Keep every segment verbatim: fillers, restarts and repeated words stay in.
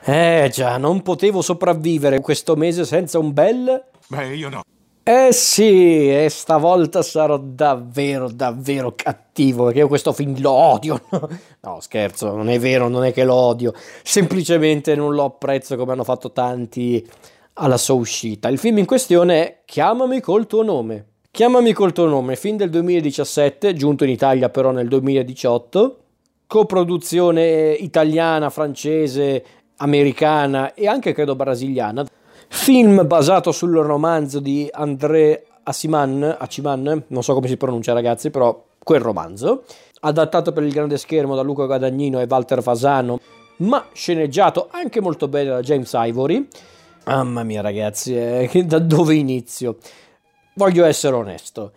Eh già, non potevo sopravvivere questo mese senza un bel... Beh, io no. Eh sì, e stavolta sarò davvero, davvero cattivo, perché io questo film lo odio. No, scherzo, non è vero, non è che lo odio, semplicemente non lo apprezzo come hanno fatto tanti alla sua uscita. Il film in questione è Chiamami col tuo nome. Chiamami col tuo nome, film del duemiladiciassette, giunto in Italia però nel duemiladiciotto, coproduzione italiana, francese, americana e anche credo brasiliana. Film basato sul romanzo di André Aciman, Aciman, non so come si pronuncia ragazzi, però quel romanzo, adattato per il grande schermo da Luca Guadagnino e Walter Fasano, ma sceneggiato anche molto bene da James Ivory. Mamma mia ragazzi, eh, da dove inizio? Voglio essere onesto,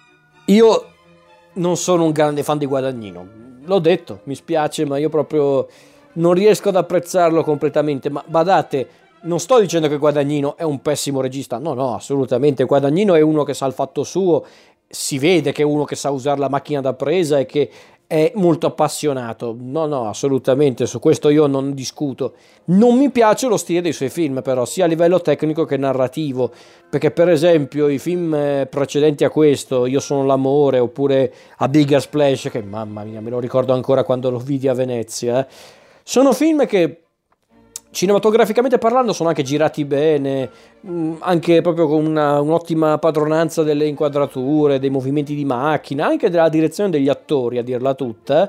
io non sono un grande fan di Guadagnino, l'ho detto, mi spiace, ma io proprio non riesco ad apprezzarlo completamente, ma badate, non sto dicendo che Guadagnino è un pessimo regista, no no, assolutamente, Guadagnino è uno che sa il fatto suo, si vede che è uno che sa usare la macchina da presa e che è molto appassionato, no no, assolutamente, su questo io non discuto. Non mi piace lo stile dei suoi film però, sia a livello tecnico che narrativo, perché per esempio i film precedenti a questo, Io sono l'amore, oppure A Bigger Splash, che mamma mia, me lo ricordo ancora quando lo vidi a Venezia, eh, sono film che cinematograficamente parlando sono anche girati bene, anche proprio con una, un'ottima padronanza delle inquadrature, dei movimenti di macchina, anche della direzione degli attori, a dirla tutta,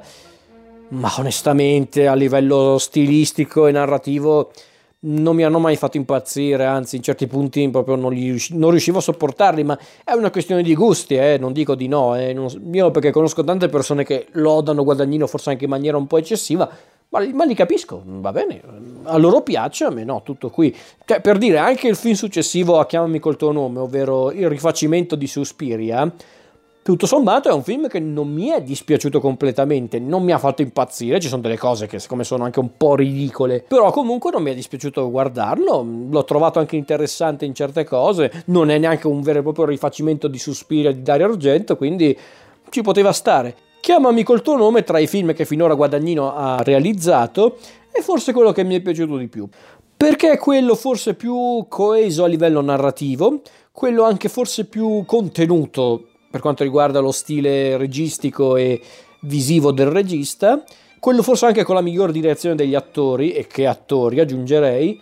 ma onestamente a livello stilistico e narrativo non mi hanno mai fatto impazzire, anzi in certi punti proprio non, li, non riuscivo a sopportarli, ma è una questione di gusti, eh, non dico di no, eh, non, io perché conosco tante persone che lodano Guadagnino forse anche in maniera un po' eccessiva, ma, ma li capisco, va bene, a loro piace, a me no, tutto qui. Cioè, per dire, anche il film successivo a Chiamami col tuo nome, ovvero il rifacimento di Suspiria, tutto sommato è un film che non mi è dispiaciuto completamente, non mi ha fatto impazzire, ci sono delle cose che siccome sono anche un po' ridicole, però comunque non mi è dispiaciuto guardarlo, l'ho trovato anche interessante in certe cose, non è neanche un vero e proprio rifacimento di Suspiria di Dario Argento, quindi ci poteva stare. Chiamami col tuo nome, tra i film che finora Guadagnino ha realizzato, è forse quello che mi è piaciuto di più, perché è quello forse più coeso a livello narrativo, quello anche forse più contenuto per quanto riguarda lo stile registico e visivo del regista, quello forse anche con la miglior direzione degli attori, e che attori aggiungerei,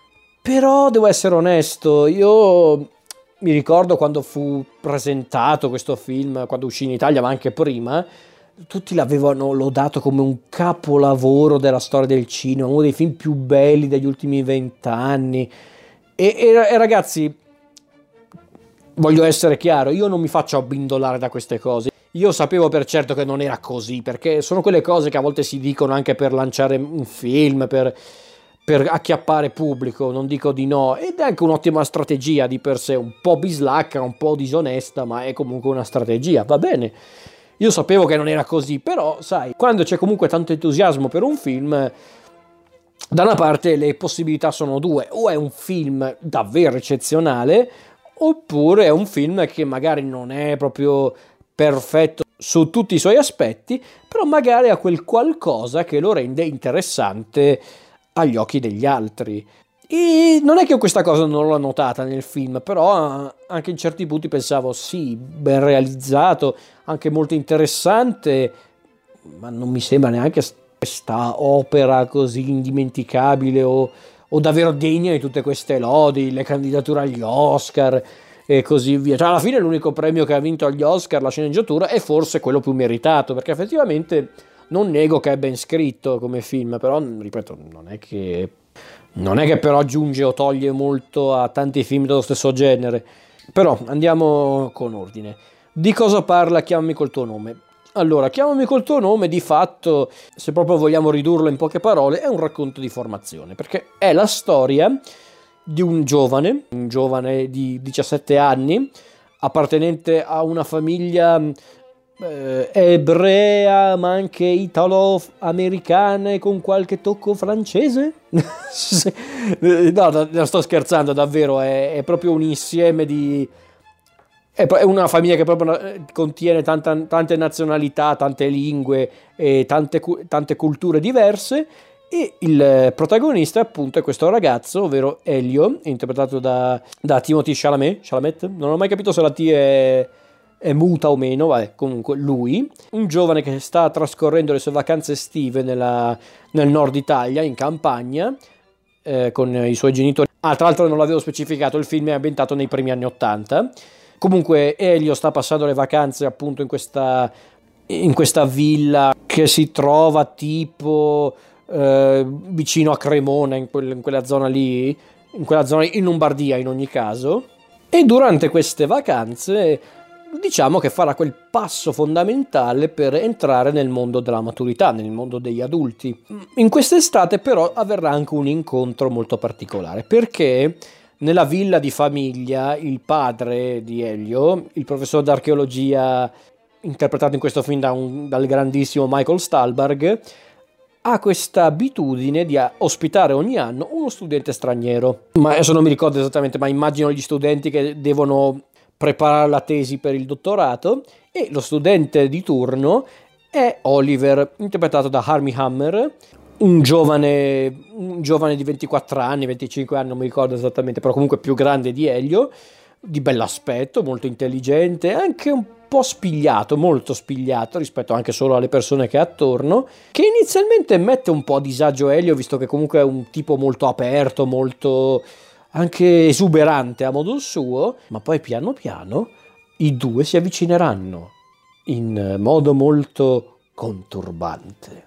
però devo essere onesto, io mi ricordo quando fu presentato questo film, quando uscì in Italia, ma anche prima, tutti l'avevano lodato come un capolavoro della storia del cinema, uno dei film più belli degli ultimi vent'anni, e, e, e ragazzi, voglio essere chiaro, io non mi faccio abbindolare da queste cose. Io sapevo per certo che non era così, perché sono quelle cose che a volte si dicono anche per lanciare un film, per, per acchiappare pubblico, non dico di no, ed è anche un'ottima strategia di per sé, un po' bislacca, un po' disonesta, ma è comunque una strategia, va bene. Io sapevo che non era così, però sai, quando c'è comunque tanto entusiasmo per un film, da una parte le possibilità sono due: o è un film davvero eccezionale, oppure è un film che magari non è proprio perfetto su tutti i suoi aspetti, però magari ha quel qualcosa che lo rende interessante agli occhi degli altri. E non è che io questa cosa non l'ho notata nel film, però anche in certi punti pensavo sì, ben realizzato, anche molto interessante, ma non mi sembra neanche questa opera così indimenticabile o, o davvero degna di tutte queste lodi, le candidature agli Oscar e così via. Cioè alla fine l'unico premio che ha vinto agli Oscar la sceneggiatura è forse quello più meritato, perché effettivamente non nego che è ben scritto come film, però ripeto, non è che non è che però aggiunge o toglie molto a tanti film dello stesso genere. Però andiamo con ordine. Di cosa parla Chiamami col tuo nome? Allora, Chiamami col tuo nome di fatto, se proprio vogliamo ridurlo in poche parole, è un racconto di formazione, perché è la storia di un giovane, un giovane di diciassette anni, appartenente a una famiglia eh, ebrea, ma anche italo-americana e con qualche tocco francese. No, no, sto scherzando, davvero, è, è proprio un insieme di... È una famiglia che proprio contiene tanta, tante nazionalità, tante lingue e tante, tante culture diverse, E il protagonista appunto è questo ragazzo, ovvero Elio, interpretato da, da Timothée Chalamet, Chalamet, non ho mai capito se la T è, è muta o meno, vabbè, comunque lui, un giovane che sta trascorrendo le sue vacanze estive nella, nel nord Italia, in campagna, eh, con i suoi genitori. Ah, tra l'altro non l'avevo specificato, il film è ambientato nei primi anni ottanta. Comunque Elio sta passando le vacanze appunto in questa, in questa villa che si trova tipo eh, vicino a Cremona, in, quel, in quella zona lì, in quella zona in Lombardia in ogni caso. E durante queste vacanze diciamo che farà quel passo fondamentale per entrare nel mondo della maturità, nel mondo degli adulti. In quest'estate però avverrà anche un incontro molto particolare, perché nella villa di famiglia il padre di Elio, il professore d'archeologia interpretato in questo film da un, dal grandissimo Michael Stuhlbarg, ha questa abitudine di ospitare ogni anno uno studente straniero. Ma adesso non mi ricordo esattamente, ma immagino gli studenti che devono preparare la tesi per il dottorato, e lo studente di turno è Oliver, interpretato da Armie Hammer, un giovane, un giovane di ventiquattro anni, venticinque anni, non mi ricordo esattamente, però comunque più grande di Elio, di bell'aspetto, molto intelligente, anche un po' spigliato, molto spigliato rispetto anche solo alle persone che ha attorno, che inizialmente mette un po' a disagio Elio, visto che comunque è un tipo molto aperto, molto anche esuberante a modo suo, ma poi piano piano i due si avvicineranno in modo molto conturbante.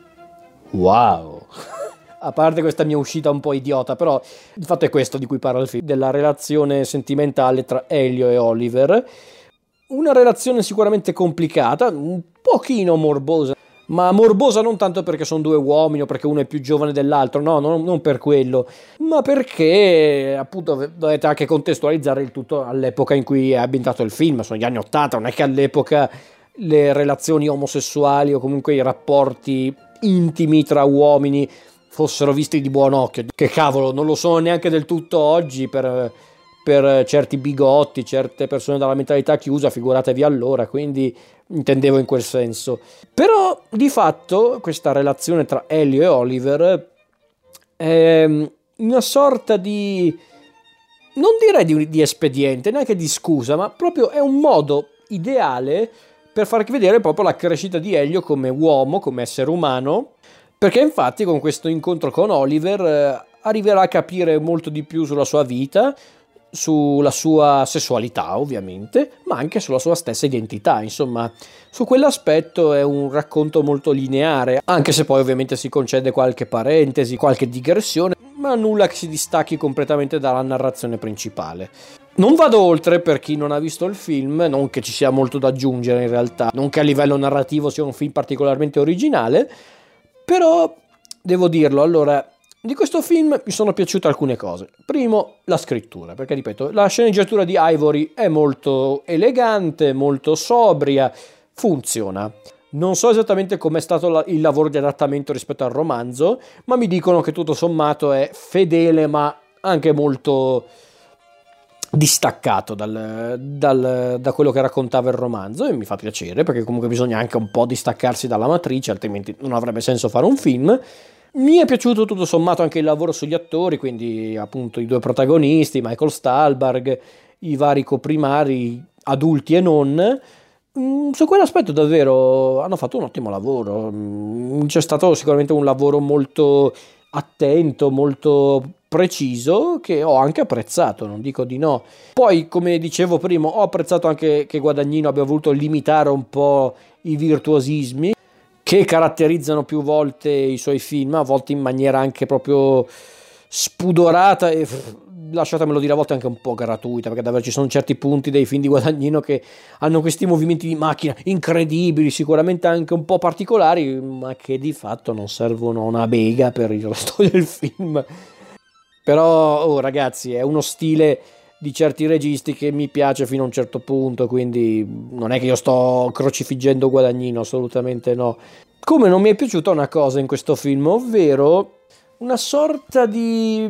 Wow! A parte questa mia uscita un po' idiota, però il fatto è questo di cui parla il film, della relazione sentimentale tra Elio e Oliver. Una relazione sicuramente complicata, un pochino morbosa, ma morbosa non tanto perché sono due uomini o perché uno è più giovane dell'altro, no, non, non per quello, ma perché appunto dovete anche contestualizzare il tutto all'epoca in cui è ambientato il film, sono gli anni ottanta, non è che all'epoca le relazioni omosessuali o comunque i rapporti intimi tra uomini fossero visti di buon occhio, che cavolo, non lo sono neanche del tutto oggi per, per certi bigotti, certe persone dalla mentalità chiusa, figuratevi allora, quindi intendevo in quel senso. Però di fatto questa relazione tra Elio e Oliver è una sorta di, non direi di, di espediente, neanche di scusa, ma proprio è un modo ideale per far vedere proprio la crescita di Elio come uomo, come essere umano, perché infatti con questo incontro con Oliver eh, arriverà a capire molto di più sulla sua vita, sulla sua sessualità ovviamente, ma anche sulla sua stessa identità. Insomma, su quell'aspetto è un racconto molto lineare, anche se poi ovviamente si concede qualche parentesi, qualche digressione, ma nulla che si distacchi completamente dalla narrazione principale. Non vado oltre per chi non ha visto il film, non che ci sia molto da aggiungere in realtà, non che a livello narrativo sia un film particolarmente originale, però devo dirlo, allora, di questo film mi sono piaciute alcune cose. Primo, la scrittura, perché ripeto, la sceneggiatura di Ivory è molto elegante, molto sobria, funziona. Non so esattamente com'è stato il lavoro di adattamento rispetto al romanzo, ma mi dicono che tutto sommato è fedele, ma anche molto distaccato dal, dal, da quello che raccontava il romanzo, e mi fa piacere, perché comunque bisogna anche un po' distaccarsi dalla matrice, altrimenti non avrebbe senso fare un film. Mi è piaciuto tutto sommato anche il lavoro sugli attori, quindi appunto i due protagonisti, Michael Stuhlbarg, i vari coprimari, adulti e non. Mm, su quell'aspetto davvero hanno fatto un ottimo lavoro. Mm, c'è stato sicuramente un lavoro molto attento, molto preciso, che ho anche apprezzato, non dico di no. Poi, come dicevo prima, ho apprezzato anche che Guadagnino abbia voluto limitare un po' i virtuosismi che caratterizzano più volte i suoi film, a volte in maniera anche proprio spudorata e, lasciatemelo dire, a volte anche un po' gratuita, perché davvero ci sono certi punti dei film di Guadagnino che hanno questi movimenti di macchina incredibili, sicuramente anche un po' particolari, ma che di fatto non servono a una bega per il resto del film. Però, oh, ragazzi, è uno stile di certi registi che mi piace fino a un certo punto, quindi non è che io sto crocifiggendo Guadagnino, assolutamente no. Come non mi è piaciuta una cosa in questo film, ovvero una sorta di,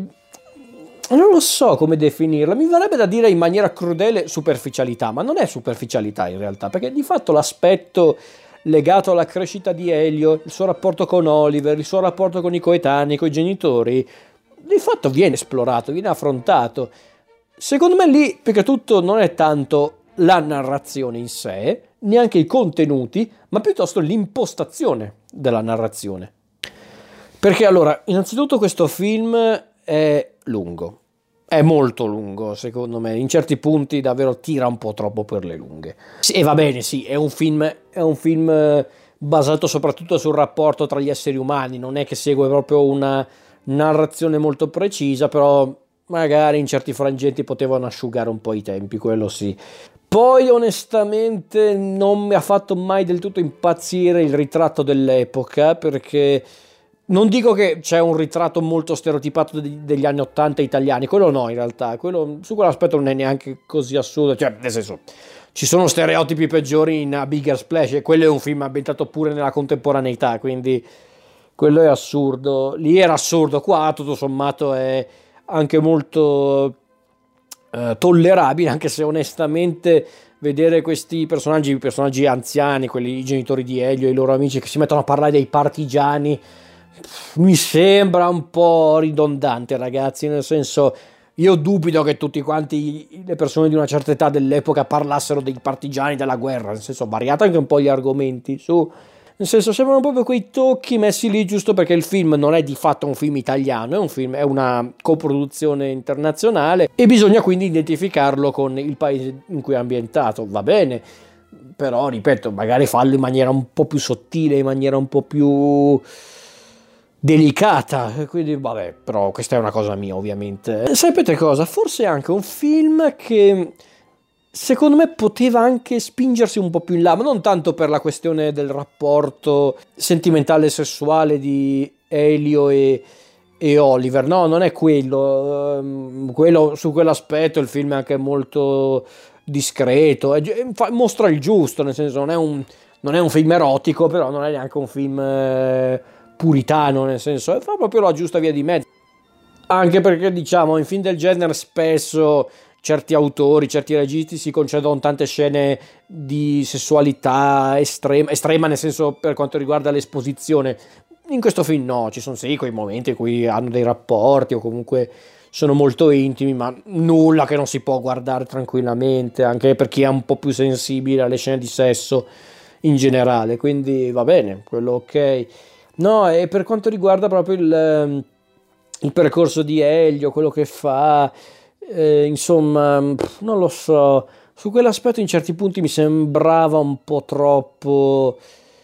non lo so come definirla, mi verrebbe da dire in maniera crudele superficialità, ma non è superficialità in realtà, perché di fatto l'aspetto legato alla crescita di Elio, il suo rapporto con Oliver, il suo rapporto con i coetanei, con i genitori, di fatto viene esplorato, viene affrontato. Secondo me lì, più che tutto, non è tanto la narrazione in sé, neanche i contenuti, ma piuttosto l'impostazione della narrazione. Perché allora, innanzitutto questo film è lungo, è molto lungo secondo me, in certi punti davvero tira un po' troppo per le lunghe. E va bene, sì, è un film, è un film basato soprattutto sul rapporto tra gli esseri umani, non è che segue proprio una narrazione molto precisa, però magari in certi frangenti potevano asciugare un po' i tempi, quello sì. Poi onestamente non mi ha fatto mai del tutto impazzire il ritratto dell'epoca, perché non dico che c'è un ritratto molto stereotipato degli anni ottanta italiani, quello no in realtà, quello, su quell'aspetto non è neanche così assurdo, cioè nel senso ci sono stereotipi peggiori in A Bigger Splash e quello è un film ambientato pure nella contemporaneità, quindi quello è assurdo. Lì era assurdo, qua tutto sommato è anche molto eh, tollerabile, anche se onestamente vedere questi personaggi, personaggi anziani, quelli i genitori di Elio e i loro amici che si mettono a parlare dei partigiani, mi sembra un po' ridondante, ragazzi, nel senso, io dubito che tutti quanti le persone di una certa età dell'epoca parlassero dei partigiani della guerra, nel senso, variate anche un po' gli argomenti, su. Nel senso, sembrano proprio quei tocchi messi lì giusto perché il film non è di fatto un film italiano, è un film, è una coproduzione internazionale e bisogna quindi identificarlo con il paese in cui è ambientato, va bene, però ripeto, magari farlo in maniera un po' più sottile, in maniera un po' più delicata, quindi vabbè, però questa è una cosa mia ovviamente. Sapete cosa? Forse è anche un film che secondo me poteva anche spingersi un po' più in là, ma non tanto per la questione del rapporto sentimentale e sessuale di Elio e, e Oliver, no, non è quello. Um, quello su quell'aspetto il film è anche molto discreto, è, fa, mostra il giusto, nel senso non è un, non è un film erotico, però non è neanche un film eh, puritano, nel senso fa proprio la giusta via di mezzo, anche perché diciamo in film del genere spesso certi autori, certi registi si concedono tante scene di sessualità estrema, estrema nel senso per quanto riguarda l'esposizione. In questo film no, ci sono sì quei momenti in cui hanno dei rapporti o comunque sono molto intimi, ma nulla che non si può guardare tranquillamente, anche per chi è un po' più sensibile alle scene di sesso in generale, quindi va bene, quello ok. No, e per quanto riguarda proprio il, il percorso di Elio, quello che fa... Eh, insomma, non lo so, su quell'aspetto in certi punti mi sembrava un po' troppo,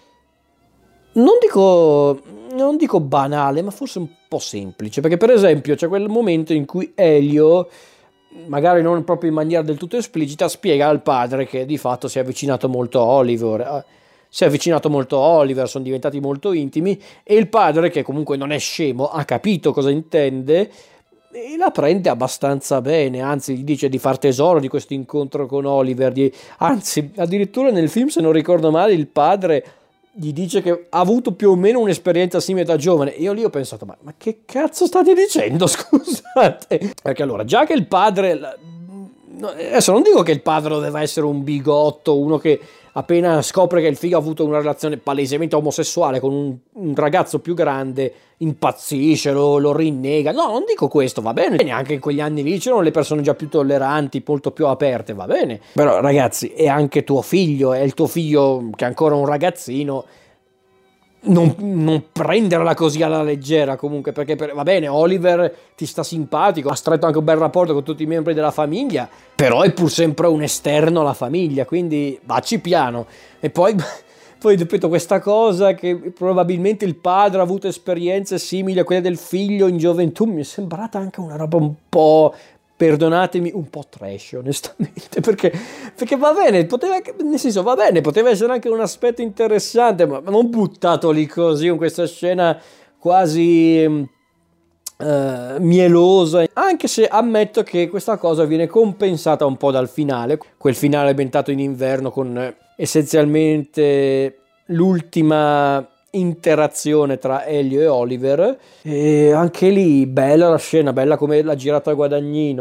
non dico, non dico banale, ma forse un po' semplice, perché per esempio c'è quel momento in cui Elio, magari non proprio in maniera del tutto esplicita, spiega al padre che di fatto si è avvicinato molto a Oliver, si è avvicinato molto a Oliver, sono diventati molto intimi, e il padre, che comunque non è scemo, ha capito cosa intende e la prende abbastanza bene, anzi gli dice di far tesoro di questo incontro con Oliver, di... anzi addirittura nel film, se non ricordo male, il padre gli dice che ha avuto più o meno un'esperienza simile da giovane. Io lì ho pensato, ma, ma che cazzo state dicendo, scusate? Perché allora, già che il padre... adesso non dico che il padre deve essere un bigotto, uno che appena scopre che il figlio ha avuto una relazione palesemente omosessuale con un, un ragazzo più grande impazzisce, lo, lo rinnega. No, non dico questo, va bene, anche in quegli anni lì c'erano le persone già più tolleranti, molto più aperte, va bene, però ragazzi, è anche tuo figlio, è il tuo figlio che è ancora un ragazzino. Non, non prenderla così alla leggera comunque, perché per, va bene, Oliver ti sta simpatico, ha stretto anche un bel rapporto con tutti i membri della famiglia, però è pur sempre un esterno alla famiglia, quindi vacci piano. E poi poi ripeto questa cosa che probabilmente il padre ha avuto esperienze simili a quelle del figlio in gioventù, mi è sembrata anche una roba un po', perdonatemi, un po' trash onestamente, perché, perché va bene, poteva, nel senso va bene, poteva essere anche un aspetto interessante, ma non buttato lì così in questa scena quasi uh, mielosa, anche se ammetto che questa cosa viene compensata un po' dal finale, quel finale ambientato in inverno con eh, essenzialmente l'ultima interazione tra Elio e Oliver, e anche lì bella la scena, bella come l'ha girata Guadagnino,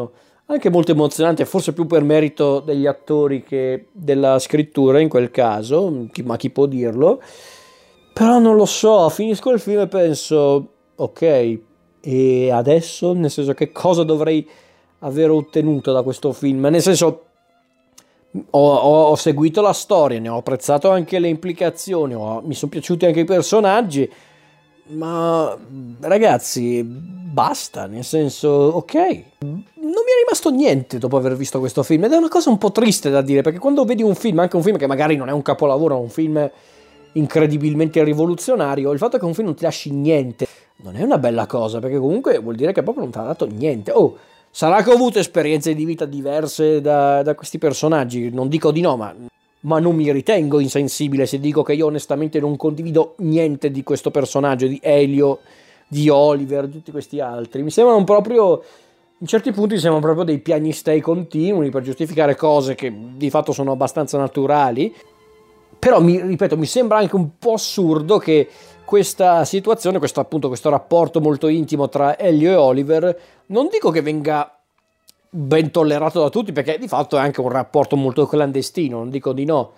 anche molto emozionante, forse più per merito degli attori che della scrittura in quel caso, chi- ma chi può dirlo. Però non lo so, finisco il film e penso, ok, e adesso? Nel senso, che cosa dovrei aver ottenuto da questo film? Nel senso, ho, ho- ho seguito la storia, ne ho apprezzato anche le implicazioni, ho- mi sono piaciuti anche i personaggi, ma ragazzi, basta, nel senso, ok, non mi è rimasto niente dopo aver visto questo film ed è una cosa un po' triste da dire, perché quando vedi un film, anche un film che magari non è un capolavoro, è un film incredibilmente rivoluzionario, il fatto che un film non ti lasci niente non è una bella cosa, perché comunque vuol dire che proprio non ti ha dato niente. Oh, sarà che ho avuto esperienze di vita diverse da, da questi personaggi, non dico di no, ma, ma non mi ritengo insensibile se dico che io onestamente non condivido niente di questo personaggio, di Elio, di Oliver, di tutti questi altri. Mi sembrano proprio, in certi punti sembrano proprio dei piagnistei continui per giustificare cose che di fatto sono abbastanza naturali. Però mi ripeto, mi sembra anche un po' assurdo che questa situazione, questo appunto questo rapporto molto intimo tra Elio e Oliver, non dico che venga ben tollerato da tutti, perché di fatto è anche un rapporto molto clandestino, non dico di no,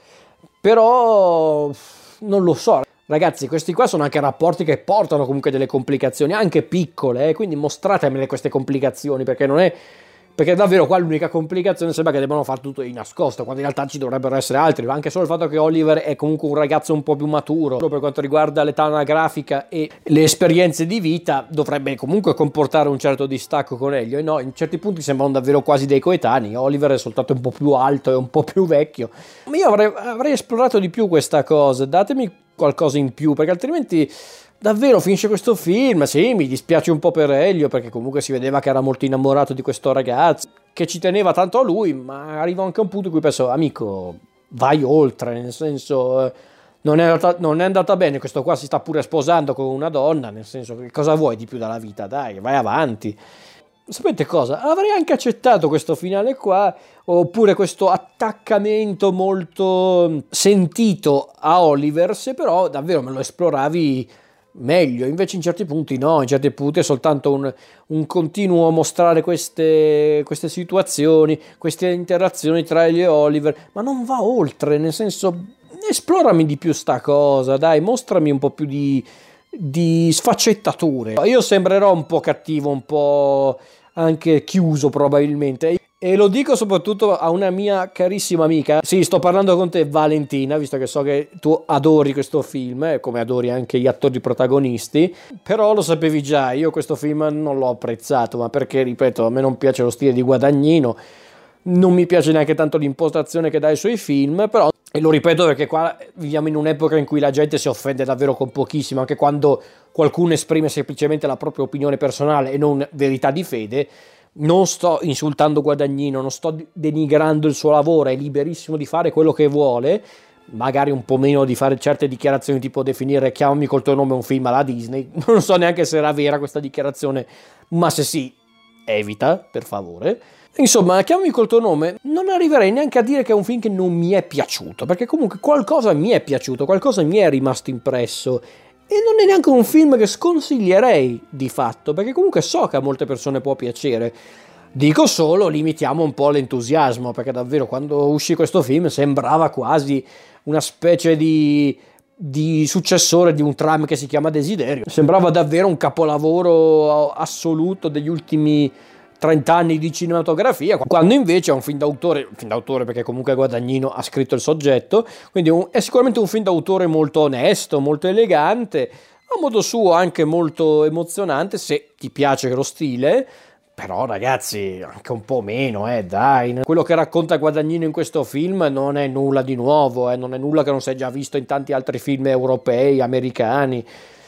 però non lo so. Ragazzi, questi qua sono anche rapporti che portano comunque delle complicazioni, anche piccole, eh? Quindi mostratemele queste complicazioni, perché non è... Perché davvero qua l'unica complicazione sembra che debbano fare tutto di nascosto, quando in realtà ci dovrebbero essere altri. Anche solo il fatto che Oliver è comunque un ragazzo un po' più maturo per quanto riguarda l'età anagrafica e le esperienze di vita, dovrebbe comunque comportare un certo distacco con Elio. E no, in certi punti sembrano davvero quasi dei coetanei. Oliver è soltanto un po' più alto e un po' più vecchio. Ma io avrei, avrei esplorato di più questa cosa, datemi qualcosa in più, perché altrimenti... Davvero finisce questo film, sì, mi dispiace un po' per Elio, perché comunque si vedeva che era molto innamorato di questo ragazzo, che ci teneva tanto a lui, ma arriva anche un punto in cui penso, amico, vai oltre, nel senso, eh, non è andata, non è andata bene, questo qua si sta pure sposando con una donna, nel senso, che cosa vuoi di più dalla vita? Dai, vai avanti. Sapete cosa? Avrei anche accettato questo finale qua, oppure questo attaccamento molto sentito a Oliver, se però davvero me lo esploravi meglio. Invece in certi punti no, in certi punti è soltanto un, un continuo mostrare queste, queste situazioni, queste interazioni tra Ellie e Oliver, ma non va oltre, nel senso, esplorami di più sta cosa, dai, mostrami un po' più di, di sfaccettature. Io sembrerò un po' cattivo, un po' anche chiuso probabilmente, e lo dico soprattutto a una mia carissima amica. Sì, sto parlando con te, Valentina, visto che so che tu adori questo film, eh, come adori anche gli attori protagonisti. Però lo sapevi già, io questo film non l'ho apprezzato, ma perché, ripeto, a me non piace lo stile di Guadagnino, non mi piace neanche tanto l'impostazione che dà ai suoi film, però, e lo ripeto perché qua viviamo in un'epoca in cui la gente si offende davvero con pochissimo, anche quando qualcuno esprime semplicemente la propria opinione personale e non verità di fede. Non sto insultando Guadagnino, non sto denigrando il suo lavoro, è liberissimo di fare quello che vuole, magari un po' meno di fare certe dichiarazioni tipo definire Chiamami col tuo nome un film alla Disney. Non so neanche se era vera questa dichiarazione, ma se sì, evita, per favore. Insomma, Chiamami col tuo nome, non arriverei neanche a dire che è un film che non mi è piaciuto, perché comunque qualcosa mi è piaciuto, qualcosa mi è rimasto impresso. E non è neanche un film che sconsiglierei di fatto, perché comunque so che a molte persone può piacere. Dico solo, limitiamo un po' l'entusiasmo, perché davvero quando uscì questo film sembrava quasi una specie di, di successore di un tram che si chiama Desiderio. Sembrava davvero un capolavoro assoluto degli ultimi trenta anni di cinematografia, quando invece è un film d'autore, film d'autore perché comunque Guadagnino ha scritto il soggetto, quindi un, è sicuramente un film d'autore molto onesto, molto elegante, a modo suo anche molto emozionante, se ti piace lo stile, però ragazzi anche un po' meno, eh, dai. Quello che racconta Guadagnino in questo film non è nulla di nuovo, eh, non è nulla che non si è già visto in tanti altri film europei, americani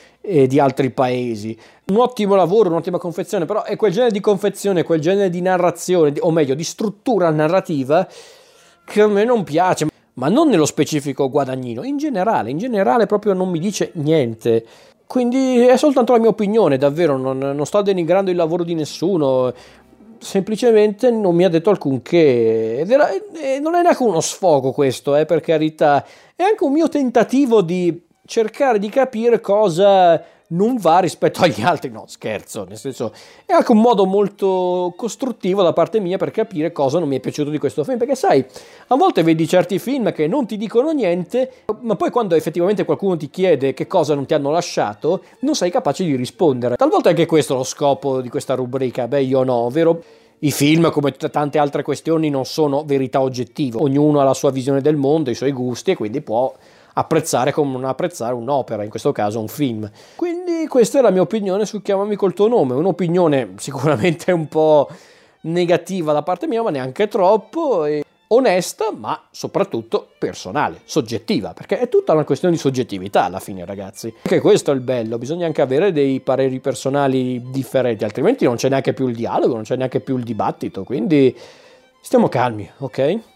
e di altri paesi. Un ottimo lavoro, un'ottima confezione, però è quel genere di confezione, quel genere di narrazione, o meglio di struttura narrativa che a me non piace, ma non nello specifico Guadagnino, in generale, in generale proprio non mi dice niente. Quindi è soltanto la mia opinione, davvero, non, non sto denigrando il lavoro di nessuno, semplicemente non mi ha detto alcunché, ed era, e non è neanche uno sfogo questo, eh, per carità, è anche un mio tentativo di cercare di capire cosa non va rispetto agli altri. No, scherzo, nel senso è anche un modo molto costruttivo da parte mia per capire cosa non mi è piaciuto di questo film, perché sai, a volte vedi certi film che non ti dicono niente, ma poi quando effettivamente qualcuno ti chiede che cosa non ti hanno lasciato, non sei capace di rispondere. Talvolta è anche questo lo scopo di questa rubrica, beh io no, ovvero i film, come tutte tante altre questioni, non sono verità oggettive, ognuno ha la sua visione del mondo, i suoi gusti, e quindi può apprezzare come non apprezzare un'opera, in questo caso un film. Quindi questa è la mia opinione su Chiamami col tuo nome, un'opinione sicuramente un po' negativa da parte mia, ma neanche troppo, e onesta, ma soprattutto personale, soggettiva, perché è tutta una questione di soggettività alla fine, ragazzi. Anche questo è il bello, bisogna anche avere dei pareri personali differenti, altrimenti non c'è neanche più il dialogo, non c'è neanche più il dibattito, quindi stiamo calmi, ok?